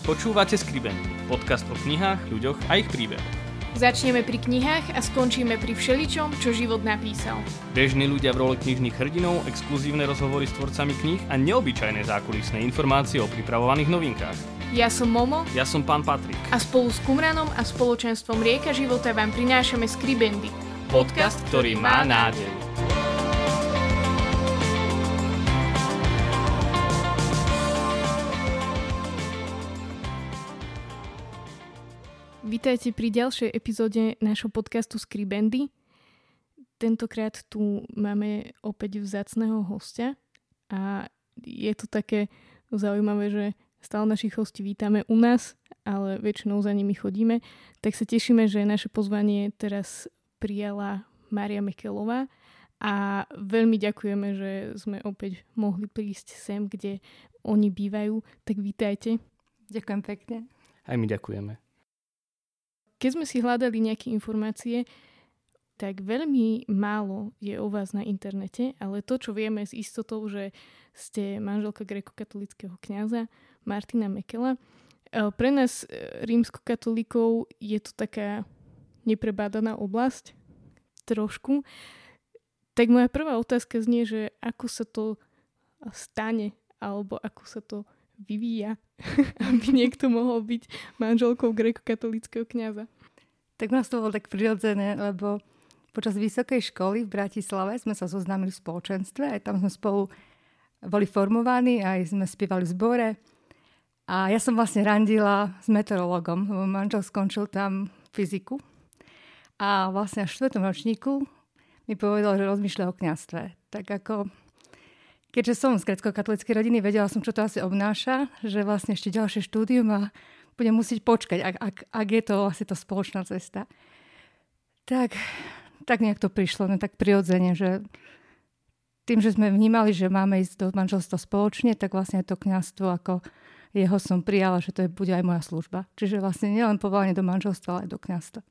Počúvate Skribendy, podcast o knihách, ľuďoch a ich príbehoch. Začneme pri knihách a skončíme pri všeličom, čo život napísal. Bežní ľudia v role knižných hrdinov, exkluzívne rozhovory s tvorcami kníh a neobyčajné zákulisné informácie o pripravovaných novinkách. Ja som Momo. Ja som pán Patrik. A spolu s Kumranom a spoločenstvom Rieka života vám prinášame Skribendy. Podcast, ktorý má nádej. Vítajte pri ďalšej epizóde nášho podcastu Skribendy. Tentokrát tu máme opäť vzácneho hostia a je to také zaujímavé, že stále našich hostí vítame u nás, ale väčšinou za nimi chodíme. Tak sa tešíme, že naše pozvanie teraz prijala Mária Mekelová a veľmi ďakujeme, že sme opäť mohli prísť sem, kde oni bývajú. Tak vítajte. Ďakujem pekne. Aj my ďakujeme. Keď sme si hľadali nejaké informácie, tak veľmi málo je o vás na internete, ale to, čo vieme s istotou, že ste manželka grékokatolického kňaza Martina Mekela. Pre nás rímskokatolíkov je to taká neprebádaná oblasť, trošku. Tak moja prvá otázka znie, že ako sa to stane, alebo ako sa to vyvíja, aby niekto mohol byť manželkou grékokatolíckeho kňaza. Tak u nás to bolo tak prirodzené, lebo počas vysokej školy v Bratislave sme sa zoznámili v spoločenstve, aj tam sme spolu boli formovaní, aj sme spievali v zbore. A ja som vlastne randila s meteorologom, lebo manžel skončil tam fyziku. A vlastne až v 4. ročníku mi povedal, že rozmýšľa o kňazstve. Tak ako keďže som z gréckokatolíckej rodiny, vedela som, čo to asi obnáša, že vlastne ešte ďalšie štúdium a budem musieť počkať, ak je to vlastne to spoločná cesta. Tak nejak to prišlo, no tak prirodzene, že tým, že sme vnímali, že máme ísť do manželstva spoločne, tak vlastne to kňazstvo ako jeho som prijala, že to bude aj moja služba. Čiže vlastne nielen povolanie do manželstva, ale aj do kňazstva.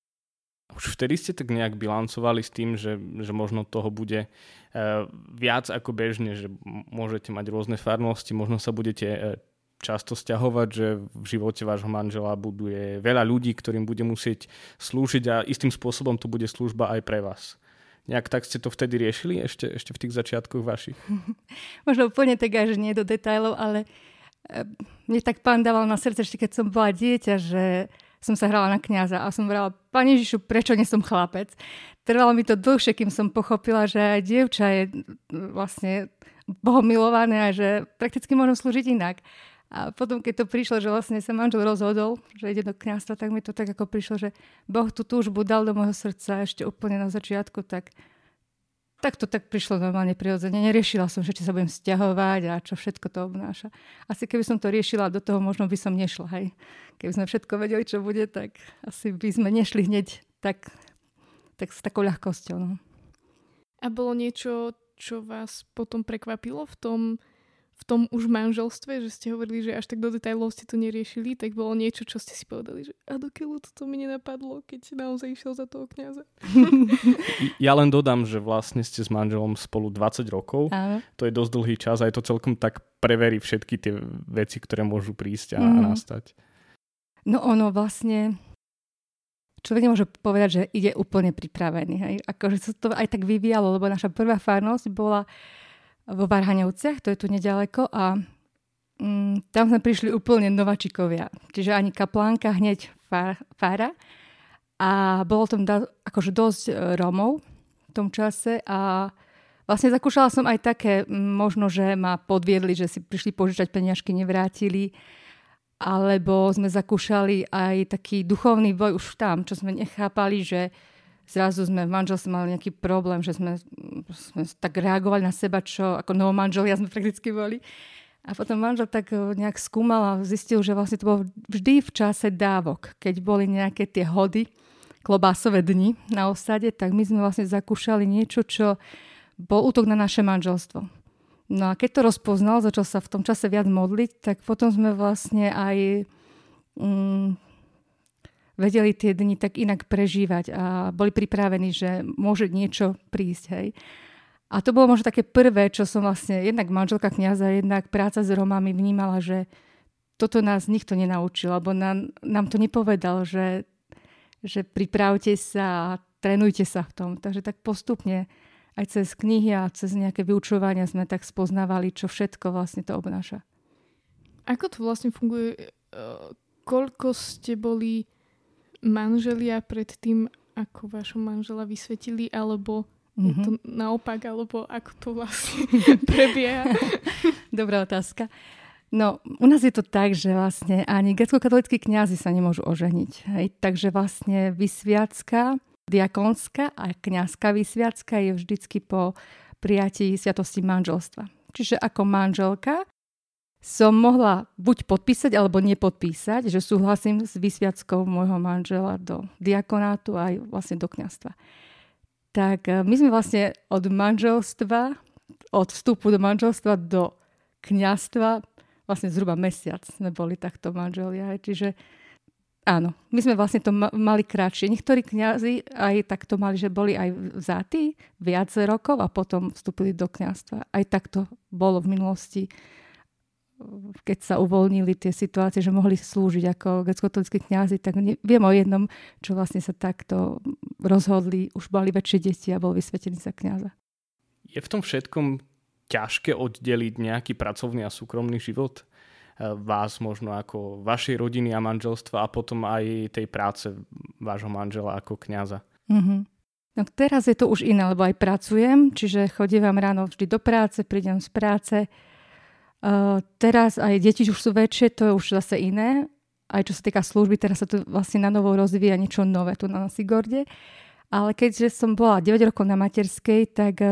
Už vtedy ste tak nejak bilancovali s tým, že možno toho bude viac ako bežne, že môžete mať rôzne farnosti, možno sa budete často sťahovať, že v živote vášho manžela buduje veľa ľudí, ktorým bude musieť slúžiť a istým spôsobom to bude služba aj pre vás. Nejak tak ste to vtedy riešili ešte v tých začiatkoch vašich? Možno úplne tak, že nie do detailov, ale mne tak pán dával na srdce ešte keď som bola dieťa, že som sa hrala na kňaza a som vrala, Pane Ježišu, prečo nie som chlapec? Trvalo mi to dlhšie, kým som pochopila, že aj dievča je vlastne Bohom milované a že prakticky môžem slúžiť inak. A potom, keď to prišlo, že vlastne sa manžel rozhodol, že ide do kňazstva, tak mi to tak ako prišlo, že Boh tú túžbu dal do môjho srdca ešte úplne na začiatku, tak to tak prišlo normálne prirodzene. Neriešila som, že či sa budem sťahovať a čo všetko to obnáša. Asi keby som to riešila, do toho možno by som nešla. Hej. Keby sme všetko vedeli, čo bude, tak asi by sme nešli hneď tak s takou ľahkosťou. No. A bolo niečo, čo vás potom prekvapilo v tom už manželstve, že ste hovorili, že až tak do detailov ste to neriešili, tak bolo niečo, čo ste si povedali, že a dokiaľ toto mi nenapadlo, keď naozaj išiel za toho kňaza. Ja len dodám, že vlastne ste s manželom spolu 20 rokov. Áno. To je dosť dlhý čas a je to celkom tak preverí všetky tie veci, ktoré môžu prísť a nastať. No ono vlastne človek nemôže povedať, že ide úplne pripravený. Hej. Akože sa to aj tak vyvíjalo, lebo naša prvá farnosť bola vo Varhaňovciach, to je tu nedaleko a tam sme prišli úplne nováčikovia. Čiže ani kaplánka, hneď fára a bolo tam akože dosť Rómov v tom čase a vlastne zakúšala som aj také, možno, že ma podviedli, že si prišli požičať peniažky, nevrátili, alebo sme zakúšali aj taký duchovný boj už tam, čo sme nechápali, že zrazu sme v manželstve mali nejaký problém, že sme tak reagovali na seba, čo ako novomanželia sme prakticky boli. A potom manžel tak nejak skúmal a zistil, že vlastne to bolo vždy v čase dávok. Keď boli nejaké tie hody, klobásové dni na osade, tak my sme vlastne zakúšali niečo, čo bol útok na naše manželstvo. No a keď to rozpoznal, začal sa v tom čase viac modliť, tak potom sme vlastne aj vedeli tie dni tak inak prežívať a boli pripravení, že môže niečo prísť. Hej. A to bolo možno také prvé, čo som vlastne jednak manželka kňaza, jednak práca s Romami vnímala, že toto nás nikto nenaučil, alebo nám to nepovedal, že pripravte sa a trénujte sa v tom. Takže tak postupne aj cez knihy a cez nejaké vyučovania sme tak spoznávali, čo všetko vlastne to obnáša. Ako to vlastne funguje? Koľko ste boli manželia pred tým, ako vašho manžela vysvetili, alebo je to naopak, alebo ako to vlastne prebieha? Dobrá otázka. No, u nás je to tak, že vlastne ani grécko-katolíckí kňazi sa nemôžu oženiť. Hej? Takže vlastne vysviacka, diakonská a kňazská vysviacka je vždycky po prijatí sviatosti manželstva. Čiže ako manželka som mohla buď podpísať, alebo nepodpísať, že súhlasím s vysviackou môjho manžela do diakonátu aj vlastne do kňazstva. Tak my sme vlastne od vstupu do manželstva do kňazstva vlastne zhruba mesiac sme boli takto manželia. Čiže áno, my sme vlastne to mali kratšie. Niektorí kňazi aj takto mali, že boli aj vzatí viac rokov a potom vstúpili do kňazstva. Aj takto bolo v minulosti, keď sa uvoľnili tie situácie, že mohli slúžiť ako grécko-katolícki kňazi, tak viem o jednom, čo vlastne sa takto rozhodli, už mali väčšie deti a bol vysvetený za kňaza. Je v tom všetkom ťažké oddeliť nejaký pracovný a súkromný život? Vás možno ako vašej rodiny a manželstva a potom aj tej práce vášho manžela ako kňaza? Mm-hmm. No teraz je to už iné, lebo aj pracujem, čiže chodím ráno vždy do práce, prídem z práce. Teraz aj deti už sú väčšie, to je už zase iné. Aj čo sa týka služby, teraz sa tu vlastne na novo rozvíja niečo nové tu na Sigorde. Ale keďže som bola 9 rokov na materskej, tak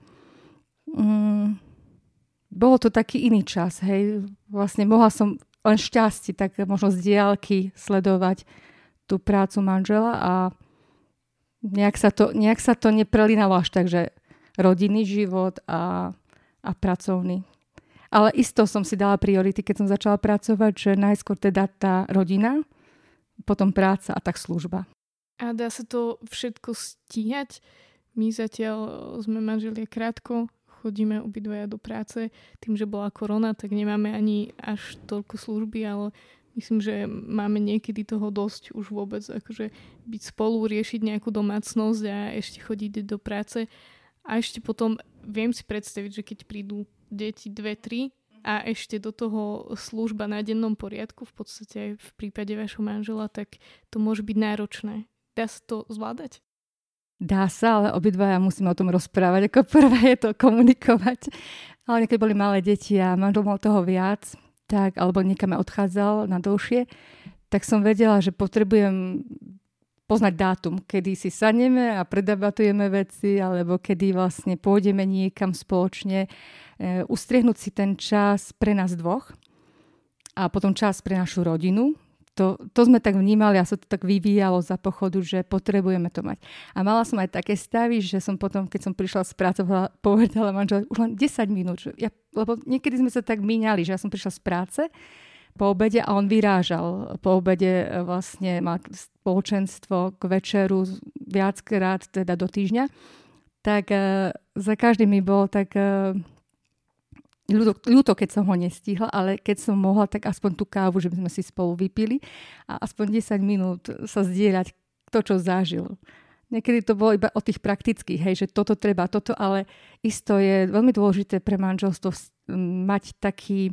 bolo to taký iný čas. Hej. Vlastne mohla som len šťastie tak možno z diaľky sledovať tú prácu manžela a nejak sa to neprelínalo až tak, že rodinný život a pracovný. Ale isto som si dala priority, keď som začala pracovať, že najskôr teda tá rodina, potom práca a tak služba. A dá sa to všetko stíhať? My zatiaľ sme manželia krátko, chodíme obidvaja do práce. Tým, že bola korona, tak nemáme ani až toľko služby, ale myslím, že máme niekedy toho dosť už vôbec, akože byť spolu, riešiť nejakú domácnosť a ešte chodiť do práce. A ešte potom viem si predstaviť, že keď prídu deti 2-3 a ešte do toho služba na dennom poriadku, v podstate aj v prípade vašho manžela, tak to môže byť náročné. Dá sa to zvládať? Dá sa, ale obidvaja musíme o tom rozprávať. Ako prvé je to komunikovať. Ale keď boli malé deti a manžel mal toho viac, tak, alebo niekam odchádzal na dlhšie, tak som vedela, že potrebujem poznať dátum, kedy si sadneme a predebatujeme veci, alebo kedy vlastne pôjdeme niekam spoločne, ustriehnúť si ten čas pre nás dvoch a potom čas pre našu rodinu. To sme tak vnímali a sa to tak vyvíjalo za pochodu, že potrebujeme to mať. A mala som aj také stavy, že som potom, keď som prišla z práce, povedala manželovi už len 10 minút. Lebo niekedy sme sa tak míňali, že ja som prišla z práce po obede a on vyrážal. Po obede vlastne mal spoločenstvo k večeru viackrát teda do týždňa. Tak za každým mi bol tak ľúto, keď som ho nestihla, ale keď som mohla, tak aspoň tú kávu, že by sme si spolu vypili a aspoň 10 minút sa zdieľať to, čo zažil. Niekedy to bolo iba o tých praktických, hej, že toto treba, toto, ale isto je veľmi dôležité pre manželstvo mať taký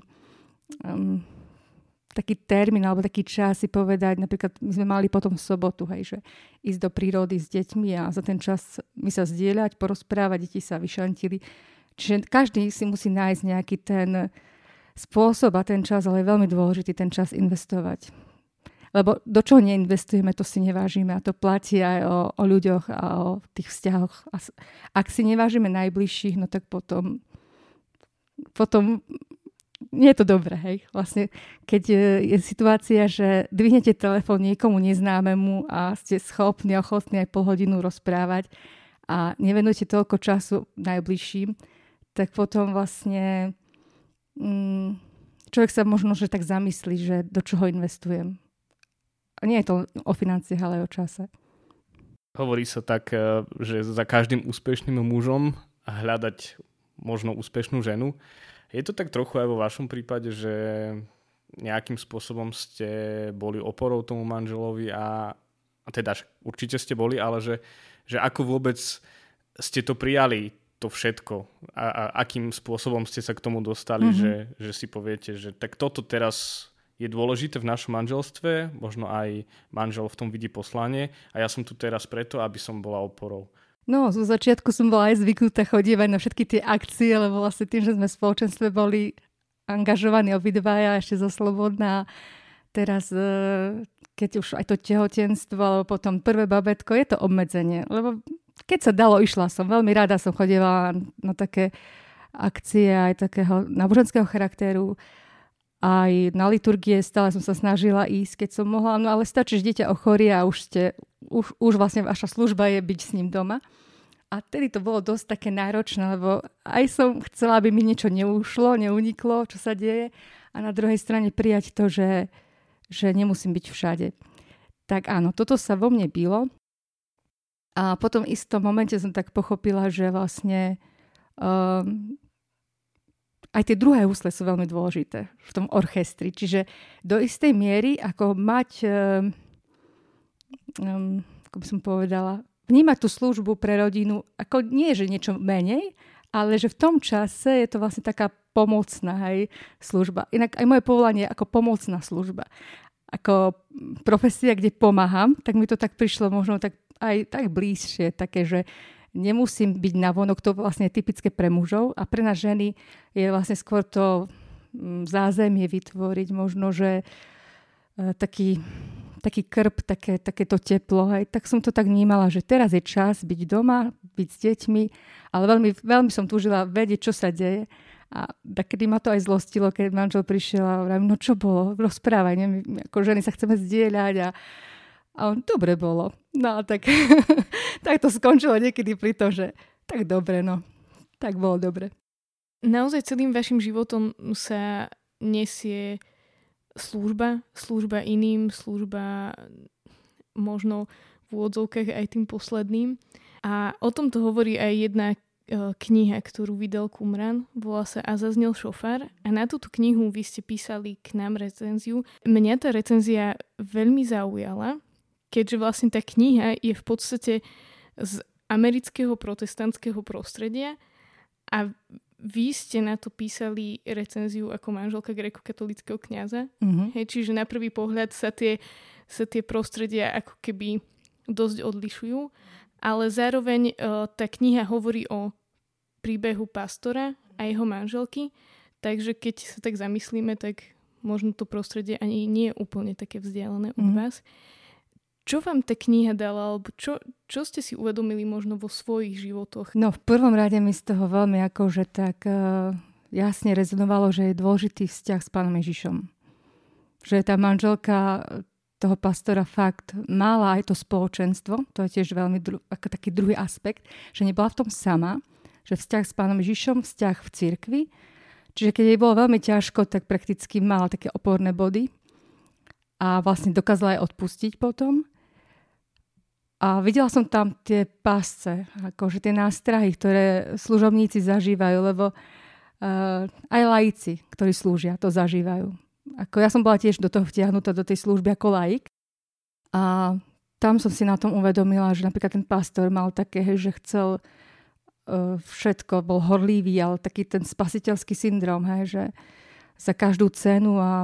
termín alebo taký čas si povedať, napríklad my sme mali potom v sobotu, hej, že ísť do prírody s deťmi a za ten čas my sa zdieľať, porozprávať, deti sa vyšantili. Čiže každý si musí nájsť nejaký ten spôsob a ten čas, ale je veľmi dôležitý ten čas investovať. Lebo do čoho neinvestujeme, to si nevážime a to platí aj o ľuďoch a o tých vzťahoch. A ak si nevážime najbližších, no tak potom nie je to dobré, hej. Vlastne, keď je situácia, že dvihnete telefón niekomu neznámemu a ste schopní, ochotní aj pol hodinu rozprávať a nevenujete toľko času najbližším, tak potom vlastne človek sa možno, že tak zamyslí, že do čoho investujem. A nie je to o financiách, ale o čase. Hovorí sa tak, že za každým úspešným mužom hľadať možno úspešnú ženu. Je to tak trochu aj vo vašom prípade, že nejakým spôsobom ste boli oporou tomu manželovi a teda určite ste boli, ale že ako vôbec ste to prijali, to všetko a akým spôsobom ste sa k tomu dostali, že si poviete, že tak toto teraz je dôležité v našom manželstve, možno aj manžel v tom vidí poslanie a ja som tu teraz preto, aby som bola oporou. No, zo začiatku som bola aj zvyknutá chodievať na všetky tie akcie, lebo vlastne tým, že sme v spoločenstve boli angažovaní obidvaja, ešte zo Slobodná. Teraz, keď už aj to tehotenstvo, alebo potom prvé babetko, je to obmedzenie, lebo keď sa dalo, išla som. Veľmi rada som chodievala na také akcie aj takého náboženského charakteru. Aj na liturgie stále som sa snažila ísť, keď som mohla. No ale stačí, že dieťa ochorie a už vlastne vaša služba je byť s ním doma. A tedy to bolo dosť také náročné, lebo aj som chcela, aby mi niečo neušlo, neuniklo, čo sa deje. A na druhej strane prijať to, že nemusím byť všade. Tak áno, toto sa vo mne bylo. A potom v istom momente som tak pochopila, že vlastne aj tie druhé husle sú veľmi dôležité v tom orchestri. Čiže do istej miery, ako mať, ako by som povedala, vnímať tú službu pre rodinu, ako nie, že niečo menej, ale že v tom čase je to vlastne taká pomocná služba. Inak aj moje povolanie je ako pomocná služba. Ako profesia, kde pomáham, tak mi to tak prišlo možno tak aj tak blízšie, také, že nemusím byť navonok, to vlastne je typické pre mužov a pre nás ženy je vlastne skôr to zázemie vytvoriť, možno, že taký krb, takéto teplo. Tak som to tak vnímala, že teraz je čas byť doma, byť s deťmi, ale veľmi, veľmi som túžila vedieť, čo sa deje. A takedy ma to aj zlostilo, keď manžel prišiel a hovorím, no čo bolo, rozprávaj, ako ženy sa chceme zdieľať a on, dobre bolo. No tak, tak to skončilo niekedy pri tom, že tak dobre, no. Tak bolo dobre. Naozaj celým vašim životom sa nesie služba iným, služba možno v úvodzovkách aj tým posledným. A o tom to hovorí aj jedna kniha, ktorú vydal Qumran. Volá sa A zaznel šofár. A na túto knihu vy ste písali k nám recenziu. Mňa tá recenzia veľmi zaujala, keďže vlastne tá kniha je v podstate z amerického protestantského prostredia a vy ste na to písali recenziu ako manželka grékokatolického kňaza. Čiže na prvý pohľad sa tie prostredia ako keby dosť odlišujú, ale zároveň tá kniha hovorí o príbehu pastora a jeho manželky, takže keď sa tak zamyslíme, tak možno to prostredie ani nie je úplne také vzdialené od vás. Čo vám tá kniha dala, alebo čo ste si uvedomili možno vo svojich životoch? No v prvom rade mi z toho veľmi akože tak jasne rezonovalo, že je dôležitý vzťah s Pánom Ježišom. Že tá manželka toho pastora fakt mala aj to spoločenstvo, to je tiež veľmi ako taký druhý aspekt, že nebola v tom sama, že vzťah s Pánom Ježišom, vzťah v cirkvi, čiže keď jej bolo veľmi ťažko, tak prakticky mala také oporné body a vlastne dokázala aj odpustiť potom. A videla som tam tie pásce, akože tie nástrahy, ktoré služobníci zažívajú, lebo aj laici, ktorí slúžia, to zažívajú. Ako ja som bola tiež do toho vtiahnutá, do tej služby ako laik. A tam som si na tom uvedomila, že napríklad ten pastor mal také, že chcel všetko, bol horlivý, ale taký ten spasiteľský syndrom, že za každú cenu a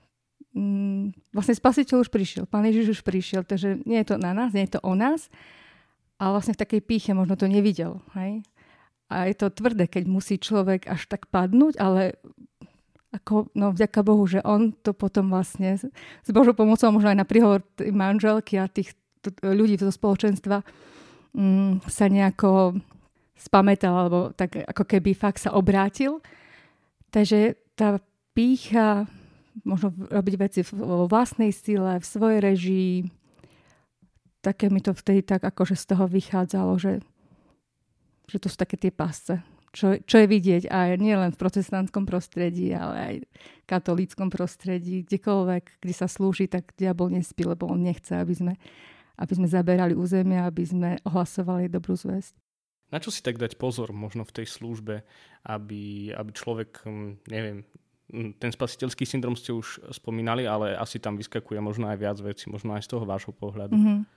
vlastne spasiteľ už prišiel, Pán Ježiš už prišiel, takže nie je to na nás, nie je to o nás, ale vlastne v takej pýche možno to nevidel. Hej? A je to tvrdé, keď musí človek až tak padnúť, ale ako, no vďaka Bohu, že on to potom vlastne s Božou pomocou, možno aj na príhovor manželky a tých ľudí zo spoločenstva sa nejako spamätal, alebo tak ako keby fakt sa obrátil. Takže tá pýcha možno robiť veci vo vlastnej sile, v svojej režii. Také mi to vtedy tak akože z toho vychádzalo, že to sú také tie pásce. Čo je vidieť aj nie len v protestantskom prostredí, ale aj v katolíckom prostredí, kdekoľvek, kde sa slúži, tak diabol nespí, lebo on nechce, aby sme zaberali územie, aby sme ohlasovali dobrú zvesť. Na čo si tak dať pozor možno v tej službe, aby človek, neviem, ten spasiteľský syndrom ste už spomínali, ale asi tam vyskakuje možno aj viac vecí, možno aj z toho vášho pohľadu.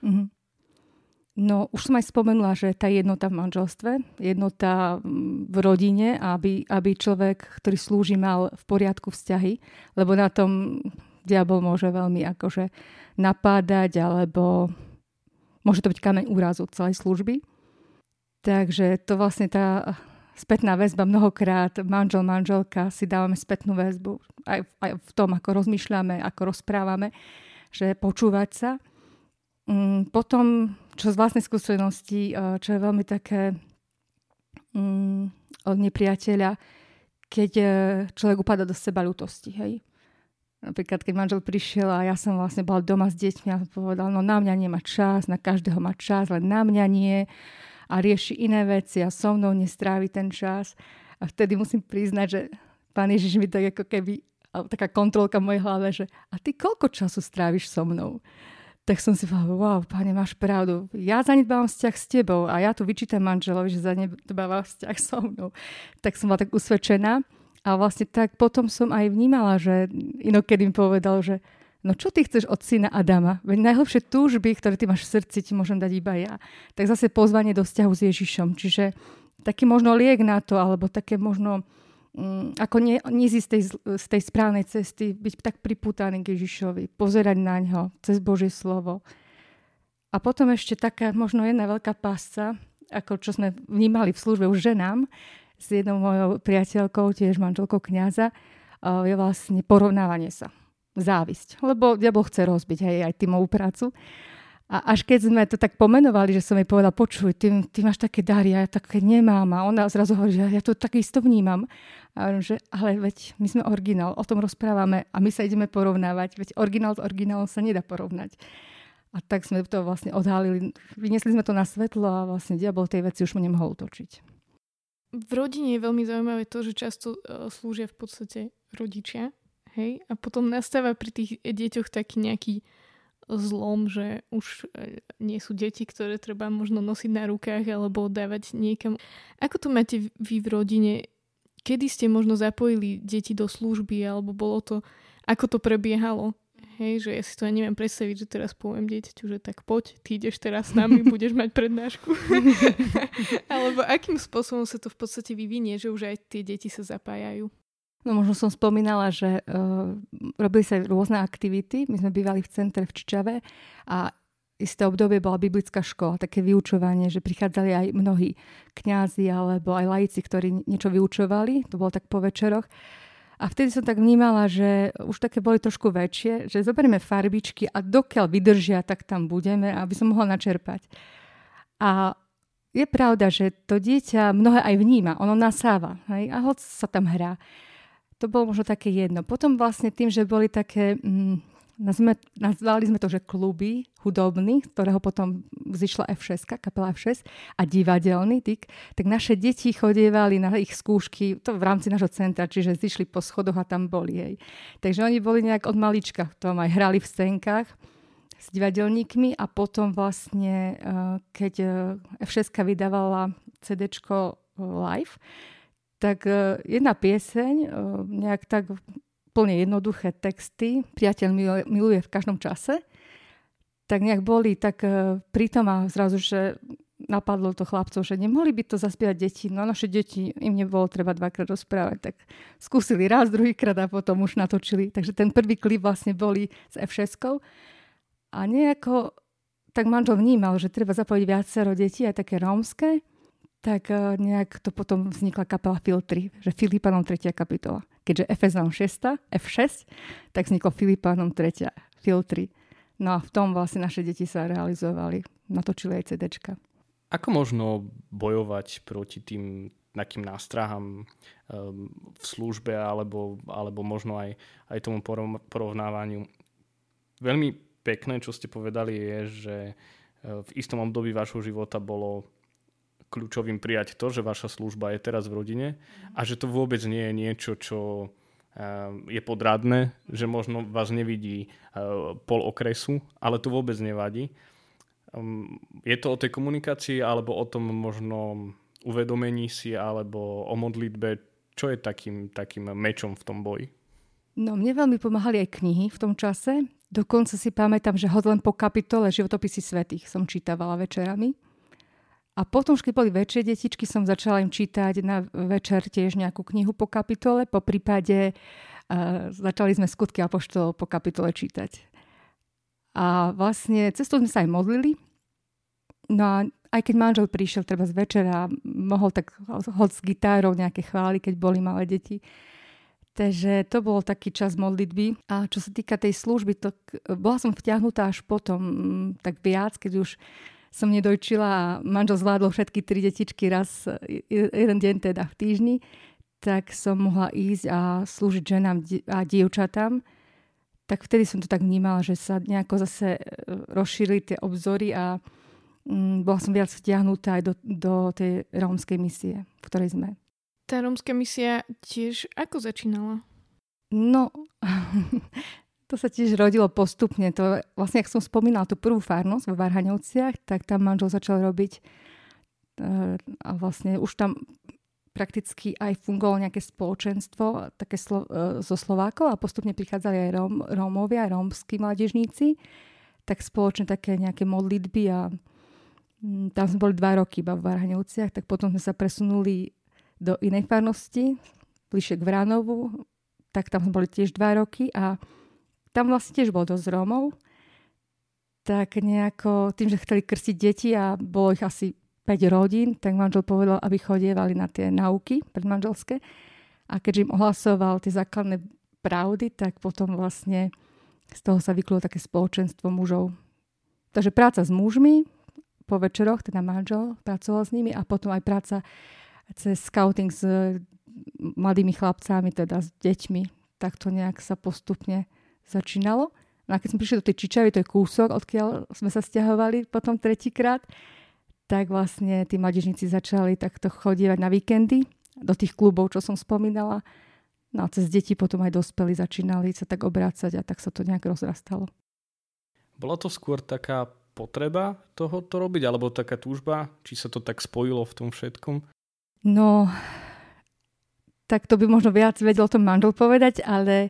No, už som aj spomenula, že tá jednota v manželstve, jednota v rodine, aby človek, ktorý slúži, mal v poriadku vzťahy, lebo na tom diabol môže veľmi akože napádať, alebo môže to byť kameň úrazu celej služby. Takže to vlastne tá spätná väzba, mnohokrát manžel, manželka si dávame spätnú väzbu aj v tom, ako rozmýšľame, ako rozprávame, že počúvať sa. Potom, čo z vlastnej skúsenosti, čo je veľmi také od nepriateľa, keď človek upadá do seba ľútosti, hej. Napríklad, keď manžel prišiel a ja som vlastne bola doma s deťmi a povedal, no na mňa nemá čas, na každého má čas, len na mňa nie a rieši iné veci a so mnou nestrávi ten čas. A vtedy musím priznať, že Pán Ježiš mi tak ako keby, taká kontrolka v mojej hlave, že a ty koľko času stráviš so mnou? Tak som si povedala, wow, Pane, máš pravdu. Ja zanedbávam vzťah s tebou a ja tu vyčítam manželovi, že zanedbáva vzťah so mnou. Tak som bola tak usvedčená. A vlastne tak potom som aj vnímala, že inokedy mi povedal, že no čo ty chceš od syna Adama? Veď najhlbšie túžby, ktoré ty máš v srdci, ti môžem dať iba ja. Tak zase pozvanie do vzťahu s Ježišom. Čiže taký možno liek na to, alebo také možno ako nísť z tej správnej cesty, byť tak pripútaný k Ježišovi, pozerať na ňo cez Božie slovo. A potom ešte taká možno jedna veľká pásca, ako čo sme vnímali v službe už ženám, s jednou mojou priateľkou, tiež manželkou kňaza, je vlastne porovnávanie sa. Závisť. Lebo diabol chce rozbiť aj tímovú prácu. A až keď sme to tak pomenovali, že som jej povedala, počuj, ty máš také dary, ja také nemám. A ona zrazu hovorí, že ja to tak isto vnímam. A že, ale veď my sme originál, o tom rozprávame a my sa ideme porovnávať. Veď originál s originálom sa nedá porovnať. A tak sme to vlastne odhalili. Vyniesli sme to na svetlo a vlastne diabol tej veci už mu nemohol točiť. V rodine je veľmi zaujímavé to, že často slúžia v podstate rodičia, hej? A potom nastáva pri tých deťoch taký nejaký zlom, že už nie sú deti, ktoré treba možno nosiť na rukách alebo dávať niekam. Ako to máte vy v rodine? Kedy ste možno zapojili deti do služby alebo bolo to, ako to prebiehalo? Hej, že ja si to aj neviem predstaviť, že teraz poviem dieťaťu, že tak poď, ty ideš teraz s nami, budeš mať prednášku. Alebo akým spôsobom sa to v podstate vyvinie, že už aj tie deti sa zapájajú? No možno som spomínala, že robili sa rôzne aktivity. My sme bývali v centre v Čičave a isté obdobie bola biblická škola, také vyučovanie, že prichádzali aj mnohí kňazi alebo aj laici, ktorí niečo vyučovali. To bolo tak po večeroch. A vtedy som tak vnímala, že už také boli trošku väčšie, že zoberieme farbičky a dokiaľ vydržia, tak tam budeme, aby som mohla načerpať. A je pravda, že to dieťa mnohé aj vníma, ono nasáva, hej? A hoď sa tam hrá. To bolo možno také jedno. Potom vlastne tým, že boli také, nazvali sme to, že kluby hudobný, z ktorého potom vzýšla F6, kapela F6 a divadelný tyk, tak naše deti chodievali na ich skúšky, to v rámci nášho centra, čiže zišli po schodoch a tam boli. Hej. Takže oni boli nejak od malička v tom, aj hrali v scénkach s divadelníkmi a potom vlastne, keď F6 vydávala CDčko live, tak jedna pieseň, nejak tak plne jednoduché texty, priateľ miluje v každom čase, tak nejak boli tak pritom a zrazu, že napadlo to chlapcov, že nemohli by to zaspievať deti. No naše deti, im nebolo treba dvakrát rozprávať, tak skúsili raz, druhýkrát a potom už natočili. Takže ten prvý klip vlastne boli s F6. A nejako tak manžel vnímal, že treba zapojiť viacero detí, aj také rómske, tak nejak to potom vznikla kapela Filtry, že Filipánom 3. kapitola. Keďže Efezom 6, F6, tak vzniklo Filipánom 3. Filtry. No a v tom vlastne naše deti sa realizovali. Natočili aj CDčka. Ako možno bojovať proti tým takým nástrahám v službe alebo možno aj tomu porovnávaniu? Veľmi pekné, čo ste povedali, je, že v istom období vášho života bolo kľúčovým prijať to, že vaša služba je teraz v rodine a že to vôbec nie je niečo, čo je podradné, že možno vás nevidí pol okresu, ale to vôbec nevadí. Je to o tej komunikácii alebo o tom možno uvedomení si alebo o modlitbe? Čo je takým mečom v tom boji? No, mne veľmi pomáhali aj knihy v tom čase. Dokonca si pamätám, že len po kapitole Životopisy svätých som čítavala večerami. A potom, keď boli väčšie detičky, som začala im čítať na večer tiež nejakú knihu po kapitole. Po prípade začali sme Skutky apoštolov po kapitole čítať. A vlastne cestou sme sa aj modlili. No a aj keď manžel prišiel treba z večera, mohol tak hod s gitárou nejaké chvály, keď boli malé deti. Takže to bol taký čas modlitby. A čo sa týka tej služby, to bola som vtiahnutá až potom tak viac, keď už som nedojčila a manžel zvládol všetky 3 detičky raz, jeden deň teda v týždni, tak som mohla ísť a slúžiť ženám a dievčatám. Tak vtedy som to tak vnímala, že sa nejako zase rozšírili tie obzory a bola som viac vtiahnutá aj do tej rómskej misie, v ktorej sme. Tá rómska misia tiež ako začínala? No, to sa tiež rodilo postupne. To, vlastne, ak som spomínala tú prvú farnosť vo Varhaňovciach, tak tam manžel začal robiť a vlastne už tam prakticky aj fungovalo nejaké spoločenstvo také zo Slovákov a postupne prichádzali aj Rómovia, rómski mládežníci, tak spoločne také nejaké modlitby a tam sme boli 2 roky iba v Varhaňovciach, tak potom sme sa presunuli do inej farnosti, bližšie k Vránovu, tak tam sme boli tiež 2 roky a tam vlastne tiež bolo dosť Rómov. Tak nejako tým, že chceli krstiť deti a bolo ich asi 5 rodín, tak manžel povedal, aby chodievali na tie náuky predmanželské. A keďže im ohlasoval tie základné pravdy, tak potom vlastne z toho sa vyklulo také spoločenstvo mužov. Takže práca s mužmi po večeroch, teda manžel pracoval s nimi a potom aj práca cez scouting s mladými chlapcami, teda s deťmi. Tak to nejak sa postupne začínalo. No a keď sme prišli do tej Čičavy, to je kúsok, odkiaľ sme sa stiahovali potom 3-krát, tak vlastne tí mladížnici začali takto chodievať na víkendy do tých klubov, čo som spomínala. No a cez deti potom aj dospelí začínali sa tak obrácať a tak sa to nejak rozrastalo. Bola to skôr taká potreba tohoto robiť, alebo taká túžba? Či sa to tak spojilo v tom všetkom? No, tak to by možno viac vedel o tom manžel povedať, ale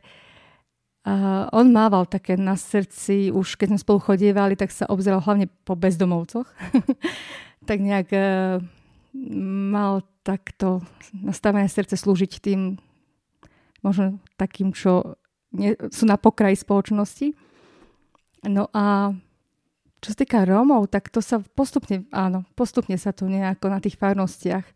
on mával také na srdci, už keď sme spolu chodievali, tak sa obzeral hlavne po bezdomovcoch. Tak nejak mal takto nastavené srdce slúžiť tým možno takým, čo sú na pokraji spoločnosti. No a čo sa týka Rómov, tak to sa postupne sa to nejako na tých farnostiach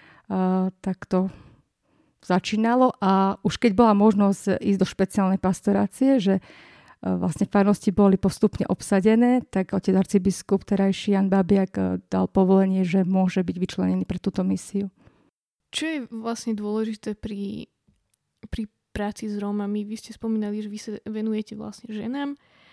takto začínalo a už keď bola možnosť ísť do špeciálnej pastorácie, že vlastne farnosti boli postupne obsadené, tak otec arcibiskup terajší Jan Babiak dal povolenie, že môže byť vyčlenený pre túto misiu. Čo je vlastne dôležité pri práci s Rómami? Vy ste spomínali, že vy sa venujete vlastne ženám.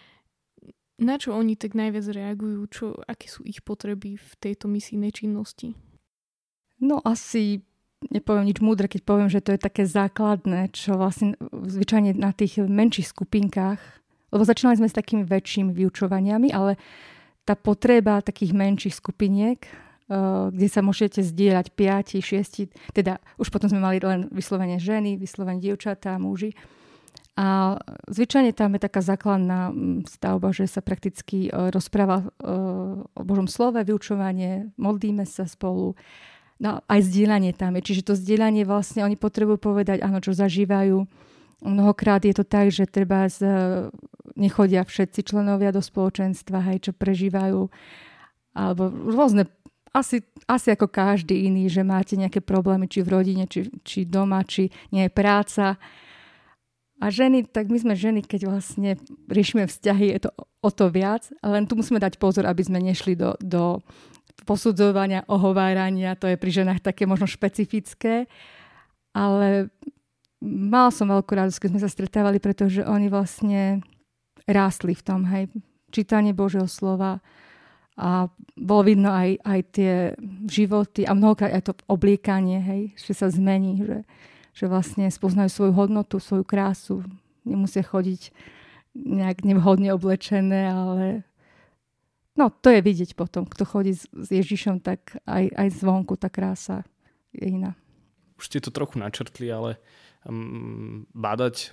Na čo oni tak najviac reagujú? Aké sú ich potreby v tejto misijnej činnosti? No asi nepoviem nič múdre, keď poviem, že to je také základné, čo vlastne zvyčajne na tých menších skupinkách, lebo začínali sme s takými väčšími vyučovaniami, ale tá potreba takých menších skupiniek, kde sa môžete zdieľať 5, 6, teda už potom sme mali len vyslovene ženy, vyslovene dievčatá, muži. A zvyčajne tam je taká základná stavba, že sa prakticky rozpráva o Božom slove, vyučovanie, modlíme sa spolu. No aj zdieľanie tam je. Čiže to zdieľanie vlastne oni potrebujú povedať, áno, čo zažívajú. Mnohokrát je to tak, že treba nechodia všetci členovia do spoločenstva, hej, čo prežívajú. Alebo rôzne, asi ako každý iný, že máte nejaké problémy, či v rodine, či doma, či nie je práca. A ženy, tak my sme ženy, keď vlastne riešime vzťahy, je to o to viac, len tu musíme dať pozor, aby sme nešli do posudzovania, ohovárania, to je pri ženách také možno špecifické, ale mala som veľkú radosť, keď sme sa stretávali, pretože oni vlastne rástli v tom, hej, čítanie Božieho slova a bolo vidno aj tie životy a mnohokrát aj to obliekanie, hej, že sa zmení, že vlastne spoznajú svoju hodnotu, svoju krásu. Nemusia chodiť nejak nevhodne oblečené, ale no, to je vidieť potom. Kto chodí s Ježišom, tak aj zvonku tá krása je iná. Už ste to trochu načrtli, ale bádať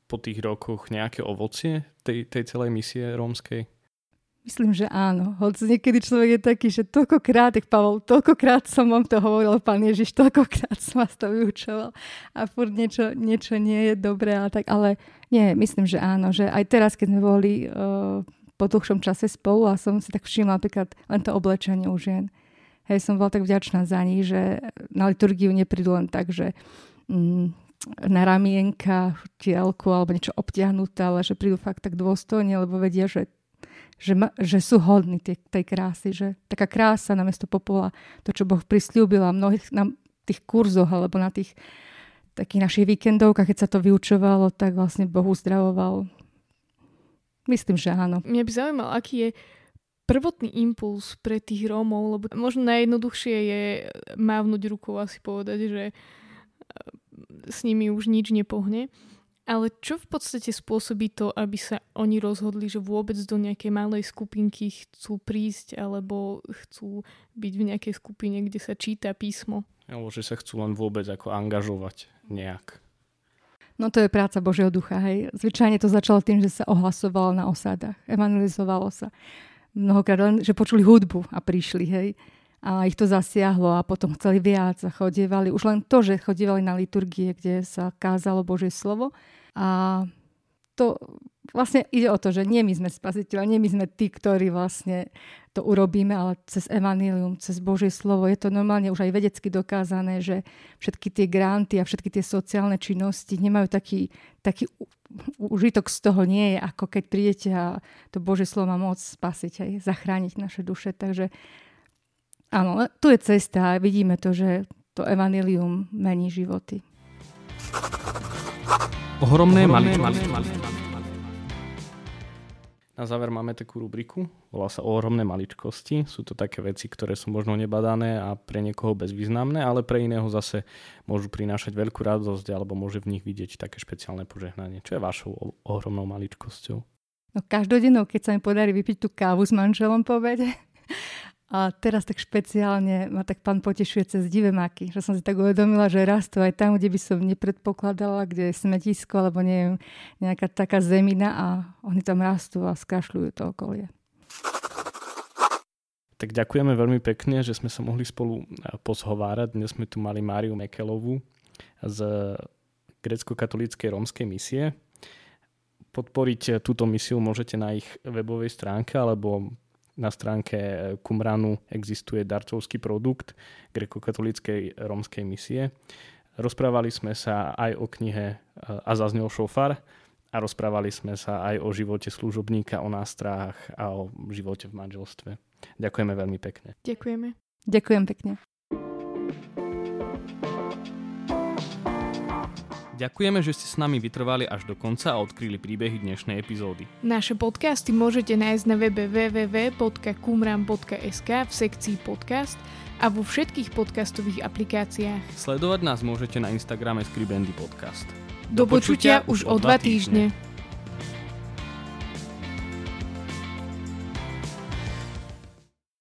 po tých rokoch nejaké ovocie tej celej misie rómskej? Myslím, že áno. Hoď niekedy človek je taký, že toľkokrát, jak Pavol, toľkokrát som vám to hovoril, Pán Ježiš, toľkokrát som vás to vyučoval a furt niečo nie je dobré, ale nie, myslím, že áno, že aj teraz, keď sme boli po dlhšom čase spolu a som si tak všimla napríklad len to oblečenie u žien. Hej, som bola tak vďačná za nich, že na liturgiu neprídu len tak, že na ramienka, tielku alebo niečo obtiahnuté, ale že prídu fakt tak dôstojne, lebo vedia, že sú hodní tej krásy, že taká krása namiesto popola, to, čo Boh prisľúbil a mnohých na tých kurzoch alebo na tých takých našich víkendovkách, keď sa to vyučovalo, tak vlastne Boh uzdravoval. Myslím, že áno. Mňa by zaujímal, aký je prvotný impuls pre tých Rómov, lebo možno najjednoduchšie je mávnuť rukou asi povedať, že s nimi už nič nepohne. Ale čo v podstate spôsobí to, aby sa oni rozhodli, že vôbec do nejakej malej skupinky chcú prísť alebo chcú byť v nejakej skupine, kde sa číta písmo? Alebo že sa chcú len vôbec ako angažovať nejak. No to je práca Božieho ducha, hej. Zvyčajne to začalo tým, že sa ohlasovalo na osádach. Evangelizovalo sa. Mnohokrát len, že počuli hudbu a prišli, hej. A ich to zasiahlo a potom chceli viac a chodievali. Už len to, že chodievali na liturgie, kde sa kázalo Božie slovo. A to vlastne ide o to, že nie my sme spasiteľi, nie my sme tí, ktorí vlastne to urobíme, ale cez evanjelium, cez Božie slovo. Je to normálne už aj vedecky dokázané, že všetky tie granty a všetky tie sociálne činnosti nemajú taký užitok z toho nie je, ako keď prídete a to Božie slovo má moc spasiť aj zachrániť naše duše. Takže áno, tu je cesta a vidíme to, že to evanjelium mení životy. Ohromné maličkosti. Na záver máme takú rubriku, volá sa Ohromné maličkosti. Sú to také veci, ktoré sú možno nebadané a pre niekoho bezvýznamné, ale pre iného zase môžu prinášať veľkú radosť alebo môže v nich vidieť také špeciálne požehnanie. Čo je vašou ohromnou maličkosťou? No každodennou, keď sa mi podarí vypiť tú kávu s manželom po obede. A teraz tak špeciálne ma tak Pán potešuje cez divé maky, že som si tak uvedomila, že rastú aj tam, kde by som nepredpokladala, kde je smetisko, alebo neviem, nejaká taká zemina a oni tam rastú a skrašľujú to okolie. Tak ďakujeme veľmi pekne, že sme sa mohli spolu pozhovárať. Dnes sme tu mali Máriu Mekelovú z grécko-katolíckej rómskej misie. Podporiť túto misiu môžete na ich webovej stránke alebo na stránke Qumranu existuje darcovský produkt grécko-katolíckej rómskej misie. Rozprávali sme sa aj o knihe A zaznel šofár a rozprávali sme sa aj o živote služobníka, o nástrahách a o živote v manželstve. Ďakujeme veľmi pekne. Ďakujeme. Ďakujem pekne. Ďakujeme, že ste s nami vytrvali až do konca a odkryli príbehy dnešnej epizódy. Naše podcasty môžete nájsť na webe www.qumran.sk v sekcii podcast a vo všetkých podcastových aplikáciách. Sledovať nás môžete na Instagrame Skribendi Podcast. Do počutia už o 2 týždne.